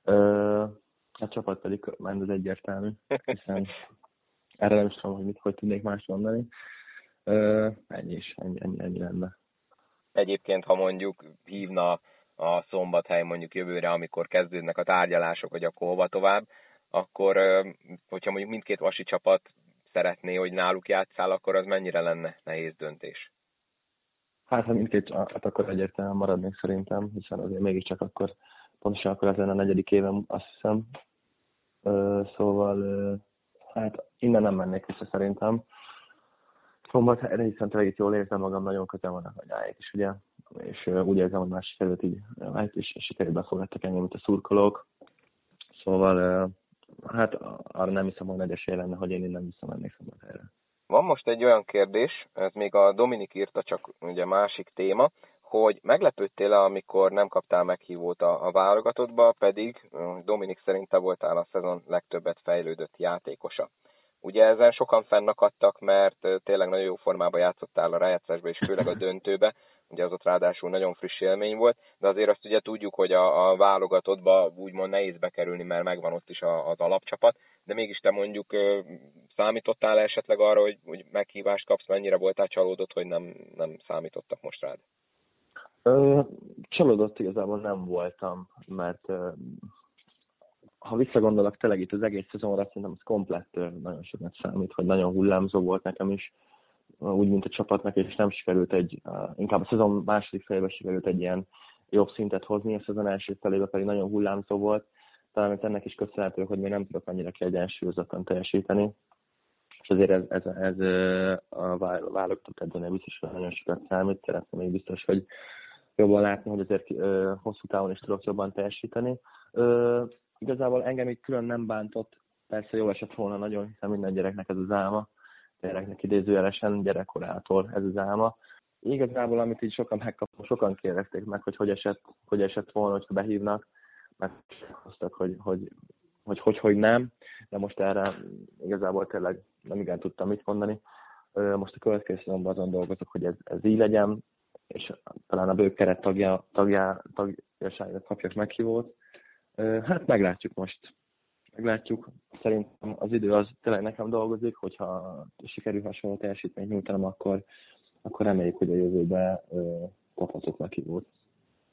A csapat pedig Körmend, az egyértelmű, hiszen erre nem is tudom, hogy tudnék más mondani. Ennyi lenne. Egyébként, ha mondjuk hívna a Szombathely mondjuk jövőre, amikor kezdődnek a tárgyalások, hogy akkor hova tovább, akkor, hogyha mondjuk mindkét vasi csapat szeretné, hogy náluk játsszál, akkor az mennyire lenne nehéz döntés? Hát, ha mindkét csapat, akkor egyértelműen maradnék szerintem, hiszen azért mégiscsak akkor, pontosan akkor ez lenne a 4. évem, azt hiszem. Szóval, hát innen nem mennék vissza szerintem. Szombathelyre, hiszen tényleg itt jól érzem magam, nagyon közel vannak a nyájék is, ugye, és úgy érzem, hogy már sikerült így, és sikerült befogadtak engem, mint a szurkolók. Szóval, hát arra nem hiszem, hogy nagy esély lenne, hogy én innen visszamennék Szombathelyre. Van most egy olyan kérdés, ez még a Dominik írta, csak ugye másik téma, hogy meglepődtél-e, amikor nem kaptál meghívót a válogatottba, pedig Dominik szerint te voltál a szezon legtöbbet fejlődött játékosa. Ugye ezen sokan fennakadtak, mert tényleg nagyon jó formában játszottál a rájátszásba, és főleg a döntőbe, ugye az ott ráadásul nagyon friss élmény volt, de azért azt ugye tudjuk, hogy a válogatottba úgymond nehéz bekerülni, mert megvan ott is az alapcsapat, de mégis te mondjuk számítottál esetleg arra, hogy meghívást kapsz, mennyire voltál csalódott, hogy nem számítottak most rád? Csalódott igazából nem voltam, mert ha visszagondolok tényleg itt az egész szezonra, szerintem az komplett nagyon sokat számít, hogy nagyon hullámzó volt nekem is, úgy, mint a csapatnak, és nem sikerült inkább a szezon második felében sikerült egy ilyen jobb szintet hozni, a szezon első felében pedig nagyon hullámzó volt, talán ennek is köszönhető, hogy még nem tudok annyira kiegyensúlyozottan teljesíteni, és azért ez a válogatott edzőnél biztos, hogy nagyon sokat számít, szeretném még biztos, hogy jobban látni, hogy azért hosszú távon is tudok jobban teljesíteni. Igazából engem így külön nem bántott, persze jól esett volna nagyon, hiszen minden gyereknek ez az álma, gyereknek idézőjelesen gyerekkorától ez az álma. Igazából, amit így sokan kérdezték meg, hogy esett volna, hogyha behívnak, mert hoztak, hogy nem, de most erre igazából tényleg nem igen tudtam mit mondani. Most a következő szezonban azon dolgozok, hogy ez így legyen, és talán a bők keret tagjaságra kapjak meghívót. Hát meglátjuk most. Szerintem az idő az tényleg nekem dolgozik, hogyha sikerül hasonló teljesítményt nyújtanom, akkor reméljük, hogy a jövőben kaphatok meghívót.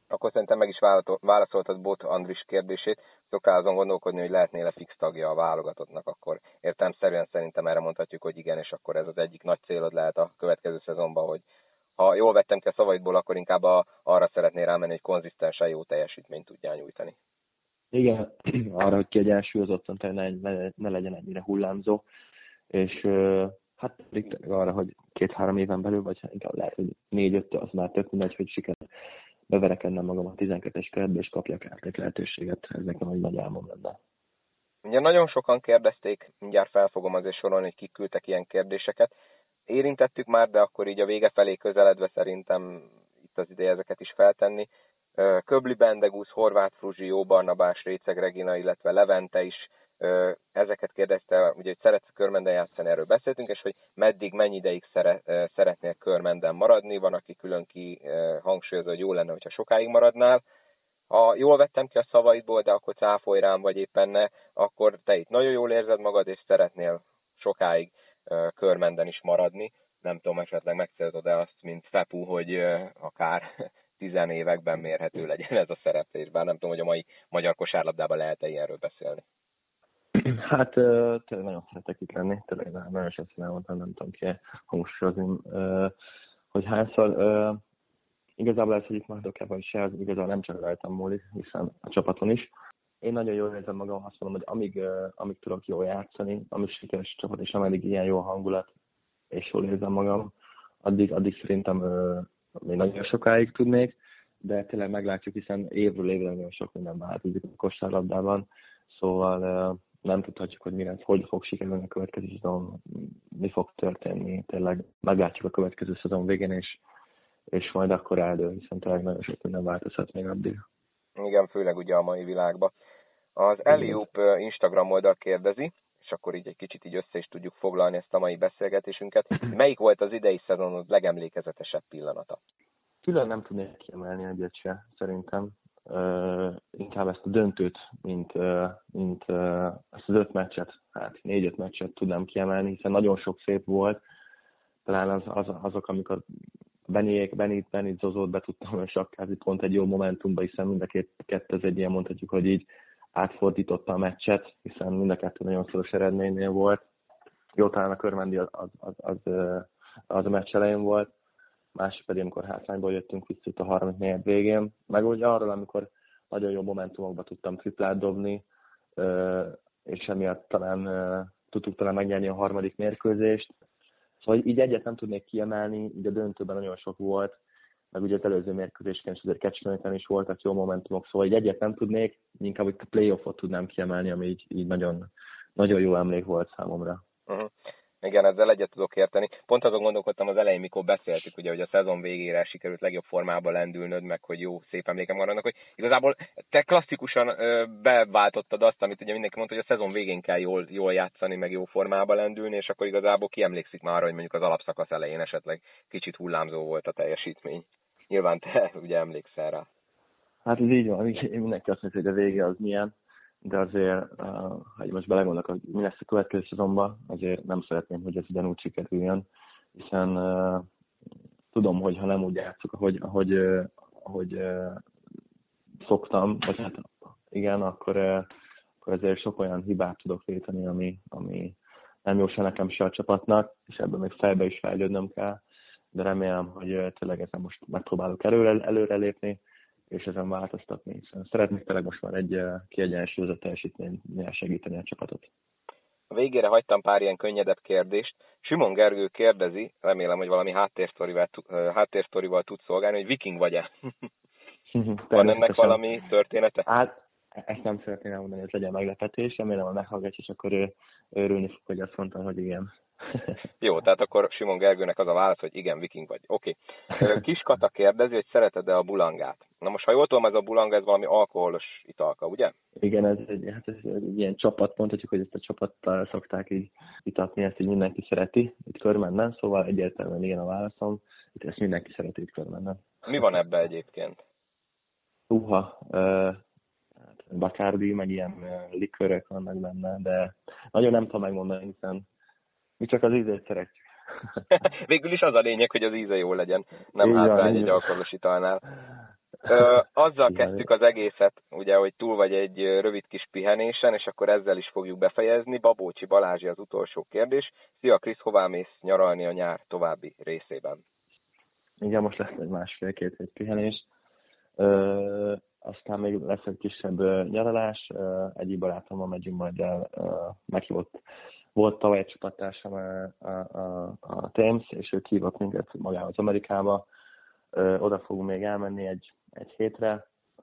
Akkor szerintem meg is válaszoltad Bot Andris kérdését. Szoktál azon gondolkodni, hogy lehetnél-e fix tagja a válogatottnak, akkor értelemszerűen szerintem erre mondhatjuk, hogy igen, és akkor ez az egyik nagy célod lehet a következő szezonban, hogy ha jól vettem ki a szavaidból, akkor inkább arra szeretnél rámenni, hogy konzisztensen jó teljesítményt tudjál nyújtani. Igen, arra, hogy kiegyensúlyozottan, tehát ne legyen ennyire hullámzó, és hát pedig arra, hogy 2-3 éven belül, vagy inkább lehet, hogy 4-5, az már tök mindegy, hogy sikerül beverekednem magam a 12-es keretbe, és kapjak át lehetőséget. Ez nekem egy nagy álmom lenne. Ugye nagyon sokan kérdezték, mindjárt fel fogom azért sorolni, hogy kik küldtek ilyen kérdéseket. Érintettük már, de akkor így a vége felé közeledve szerintem itt az ideje ezeket is feltenni. Köbli Bendegusz, Horváth Fruzsi, Jó Barnabás, Réceg Regina, illetve Levente is ezeket kérdezte, ugye, hogy szeretsz körmenden játszani, erről beszéltünk, és hogy mennyi ideig szeretnél körmenden maradni. Van, aki külön hangsúlyozza, hogy jó lenne, hogyha sokáig maradnál. Ha jól vettem ki a szavaidból, de akkor cáfolj rám, vagy éppen ne, akkor te itt nagyon jól érzed magad, és szeretnél sokáig körmenden is maradni. Nem tudom, esetleg megszerzed-e azt, mint Fepu, hogy akár 10 években mérhető legyen ez a szereplés, bár nem tudom, hogy a mai magyar kosárlabdában lehet-e ilyenről beszélni. Hát tényleg nagyon szeretek itt lenni, tényleg nagyon sokszor elmondtam, nem tudom ki hangsúlyozni, hogy hányszor. Igazából ez, hogy itt maradok-e se, az igazából nem csak rajtam múlik, hiszen a csapaton is. Én nagyon jól érzem magam, azt mondom, hogy amíg tudok jól játszani, amíg sikeres a csapat, és ameddig ilyen jó hangulat, és jól érzem magam, addig szerintem még nagyon sokáig tudnék, de tényleg meglátjuk, hiszen évről évre nagyon sok minden változik a kosárlabdában, szóval nem tudhatjuk, hogy mi lesz, hogy fog sikerülni a következő szezon, mi fog történni, tényleg meglátjuk a következő szezon végén, és majd akkor eldől, hiszen tényleg nagyon sok minden változhat még addig. Igen, főleg ugye a mai világban. Az Eliup Instagram oldal kérdezi, és akkor így egy kicsit így össze is tudjuk foglalni ezt a mai beszélgetésünket. Melyik volt az idei szezonod legemlékezetesebb pillanata? Külön nem tudnék kiemelni egyet se, szerintem. Inkább ezt a döntőt, mint ezt az 5 meccset, hát 4-5 meccset tudnám kiemelni, hiszen nagyon sok szép volt. Talán azok, amikor Benit Zozót be tudtam sakkázni pont egy jó momentumban, hiszen mind a kettő egy ilyen, mondhatjuk, hogy így átfordította a meccset, hiszen mind a kettő nagyon szoros eredménynél volt. Jó, talán a körmendi az a meccs elején volt, másik pedig, amikor hátrányból jöttünk vissza a 34 végén. Meg ugye arról, amikor nagyon jó momentumokban tudtam triplát dobni, és emiatt tudtuk megnyerni a harmadik mérkőzést. Szóval így egyet nem tudnék kiemelni, így a döntőben nagyon sok volt, meg ugye az előző mérkőzésken is azért Kecskeméten is voltak jó momentumok, szóval így egyet nem tudnék, inkább itt a playoffot tudnám kiemelni, ami így nagyon, nagyon jó emlék volt számomra. Uh-huh. Igen, ezzel egyet tudok érteni. Pont azon gondolkodtam az elején, mikor beszéltük, ugye, hogy a szezon végére sikerült legjobb formába lendülnöd, meg hogy jó, szép emlékem maradnak, hogy igazából te klasszikusan beváltottad azt, amit ugye mindenki mondta, hogy a szezon végén kell jól játszani, meg jó formába lendülni, és akkor igazából kiemlékszik már arra, hogy mondjuk az alapszakasz elején esetleg kicsit hullámzó volt a teljesítmény. Nyilván te ugye emlékszel rá. Hát ez így van, mindenki azt mondja, hogy a vége az milyen, de azért, ha most belegondolok, hogy mi lesz a következő szezonban, azért nem szeretném, hogy ez ugyanúgy sikerüljön, hiszen tudom, hogy ha nem úgy játszok, ahogy szoktam, vagy hát igen, akkor ezért sok olyan hibát tudok véteni, ami nem jó se nekem, se a csapatnak, és ebben még fejbe is fejlődnöm kell, de remélem, hogy tényleg ezen most megpróbálok előrelépni, és ezen változtatni. Szeretnék tényleg most már egy kiegyensúlyozott teljesítménnyel segíteni a csapatot. A végére hagytam pár ilyen könnyedebb kérdést. Simon Gergő kérdezi, remélem, hogy valami háttérsztorival tud szolgálni, hogy viking vagy-e? Van ennek valami története? Hát, ezt nem szeretném elmondani, hogy legyen meglepetés, remélem, hogy meghallgatja, és akkor ő örülni fog, hogy azt mondtam, hogy igen. Jó, tehát akkor Simon Gergőnek az a válasz, hogy igen, viking vagy. Oké. Kis Kata kérdezi, hogy szereted-e a bulangát. Na most, ha jól tudom, ez a bulanga, ez valami alkoholos italka, ugye? Igen, ez egy ilyen csapat, mondhatjuk, hogy ezt a csapattal szokták így itatni, ezt így mindenki szereti, itt Körmenden, szóval egyértelműen igen a válaszom, itt ezt mindenki szereti itt Körmenden. Mi van ebbe egyébként? Bacardi, meg ilyen likörök vannak benne, de nagyon nem tudom megmondani, hiszen mi csak az ízét szeretjük. Végül is az a lényeg, hogy az íze jó legyen, nem hátrány egy alkoholos italnál. Azzal kezdtük az egészet, ugye, hogy túl vagy egy rövid kis pihenésen, és akkor ezzel is fogjuk befejezni. Babócsi Balázsi az utolsó kérdés. Szia Krisz, hová mész nyaralni a nyár további részében? Igen, most lesz egy másfél-két hét pihenés. Aztán még lesz egy kisebb nyaralás. Egyik barátommal megyünk majd el, meghívott. Volt tavaly egy csapattársam a Thames, és ők hívott minket magához Amerikába. Oda fogunk még elmenni egy hétre.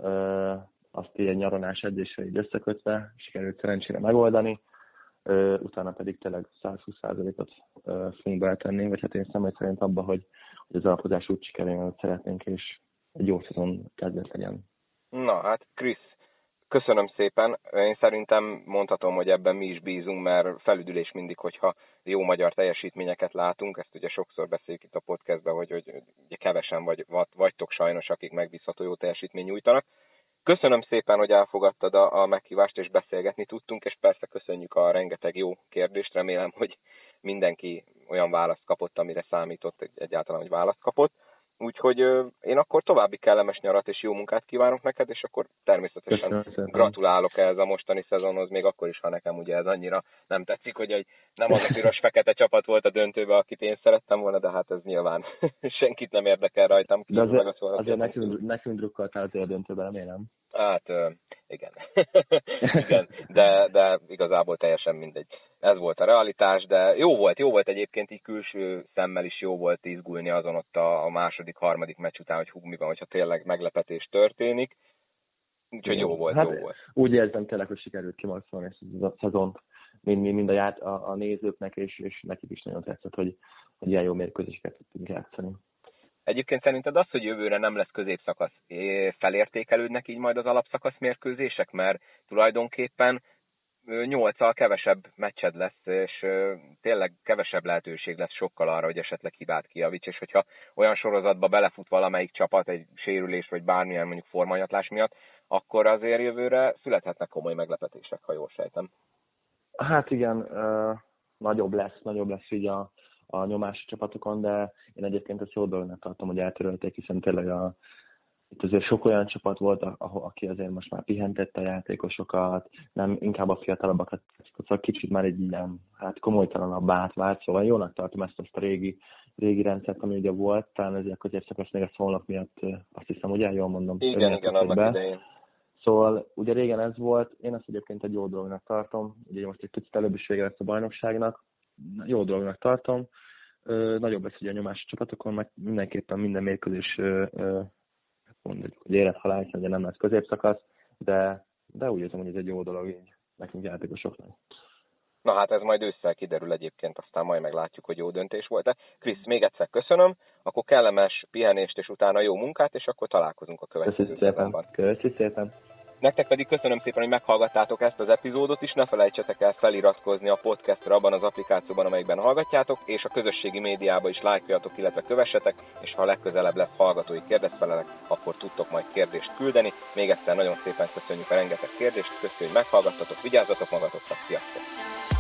Azt így egy nyaralás edzésre így összekötve sikerült szerencsére megoldani. Utána pedig tényleg 120%-ot fogunk beletenni, vagy hát én személy szerint abba, hogy az alapozás úgy sikerüljön, hogy szeretnénk, és egy jó szezon kezdet legyen. Na hát, Krisz, köszönöm szépen. Én szerintem mondhatom, hogy ebben mi is bízunk, mert felüdülés mindig, hogyha jó magyar teljesítményeket látunk. Ezt ugye sokszor beszéljük itt a podcastben, hogy ugye kevesen vagytok sajnos, akik megbízható jó teljesítményt nyújtanak. Köszönöm szépen, hogy elfogadtad a meghívást, és beszélgetni tudtunk, és persze köszönjük a rengeteg jó kérdést. Remélem, hogy mindenki olyan választ kapott, amire számított, egyáltalán, hogy választ kapott. Úgyhogy én akkor további kellemes nyarat és jó munkát kívánok neked, és akkor természetesen gratulálok ehhez a mostani szezonhoz, még akkor is, ha nekem ugye ez annyira nem tetszik, hogy nem az a piros-fekete csapat volt a döntőben, akit én szerettem volna, de hát ez nyilván senkit nem érdekel rajtam. De azért nekünk drukkoltál azért a döntőben, remélem. Hát igen. Igen, de igazából teljesen mindegy. Ez volt a realitás, de jó volt egyébként így külső szemmel is jó volt izgulni azon ott a második, harmadik meccs után, hogy mi van, hogyha tényleg meglepetés történik. Úgyhogy jó volt. Úgy érzem tényleg, hogy sikerült kimaxolni ezt a szezont mind a nézőknek, és nekik is nagyon tetszett, hogy ilyen jó mérkőzéseket tudtunk játszani. Egyébként szerinted az, hogy jövőre nem lesz középszakasz, felértékelődnek így majd az alapszakasz mérkőzések? Mert tulajdonképpen 8-al kevesebb meccsed lesz, és tényleg kevesebb lehetőség lesz sokkal arra, hogy esetleg hibát kijavíts, és hogyha olyan sorozatba belefut valamelyik csapat egy sérülés, vagy bármilyen mondjuk formanyatlás miatt, akkor azért jövőre születhetnek komoly meglepetések, ha jól sejtem. Hát igen, nagyobb lesz így a nyomás a csapatokon, de én egyébként ezt jó dolognak tartom, hogy eltörölték, hiszen tényleg itt azért sok olyan csapat volt, aki azért most már pihentette a játékosokat, nem inkább a fiatalabbakat, szóval kicsit már egy ilyen komolytalanabbá átvált, szóval jónak tartom ezt a régi rendszert, ami ugye volt, talán ezért középszakasz még a Szolnok miatt, azt hiszem, ugye jól mondom. Igen, annak idején. Szóval ugye régen ez volt, én ezt egyébként egy jó dolognak tartom, ugye most egy kicsit előbb is vége lesz a bajnokságnak, jó dolognak tartom, nagyobb lesz ugye a nyomás a csapatokon, meg mindenképpen minden mérkőzés mondjuk, hogy élet-halál, hiszen ugye nem lesz középszakasz, de úgy érzem, hogy ez egy jó dolog így nekünk játékosoknak. Na hát ez majd ősszel kiderül egyébként, aztán majd meglátjuk, hogy jó döntés volt-e. Krisz, még egyszer köszönöm, akkor kellemes pihenést és utána jó munkát, és akkor találkozunk a következő szezonban. Köszönjük szépen! Nektek pedig köszönöm szépen, hogy meghallgattátok ezt az epizódot is, ne felejtsetek el feliratkozni a podcastra abban az applikációban, amelyikben hallgatjátok, és a közösségi médiában is lájkoljatok, illetve kövessetek, és ha legközelebb lesz hallgatói kérdezfelelek, akkor tudtok majd kérdést küldeni. Még egyszer nagyon szépen köszönjük a rengeteg kérdést, köszönjük, hogy meghallgattatok, vigyázzatok magatokra, sziasztok!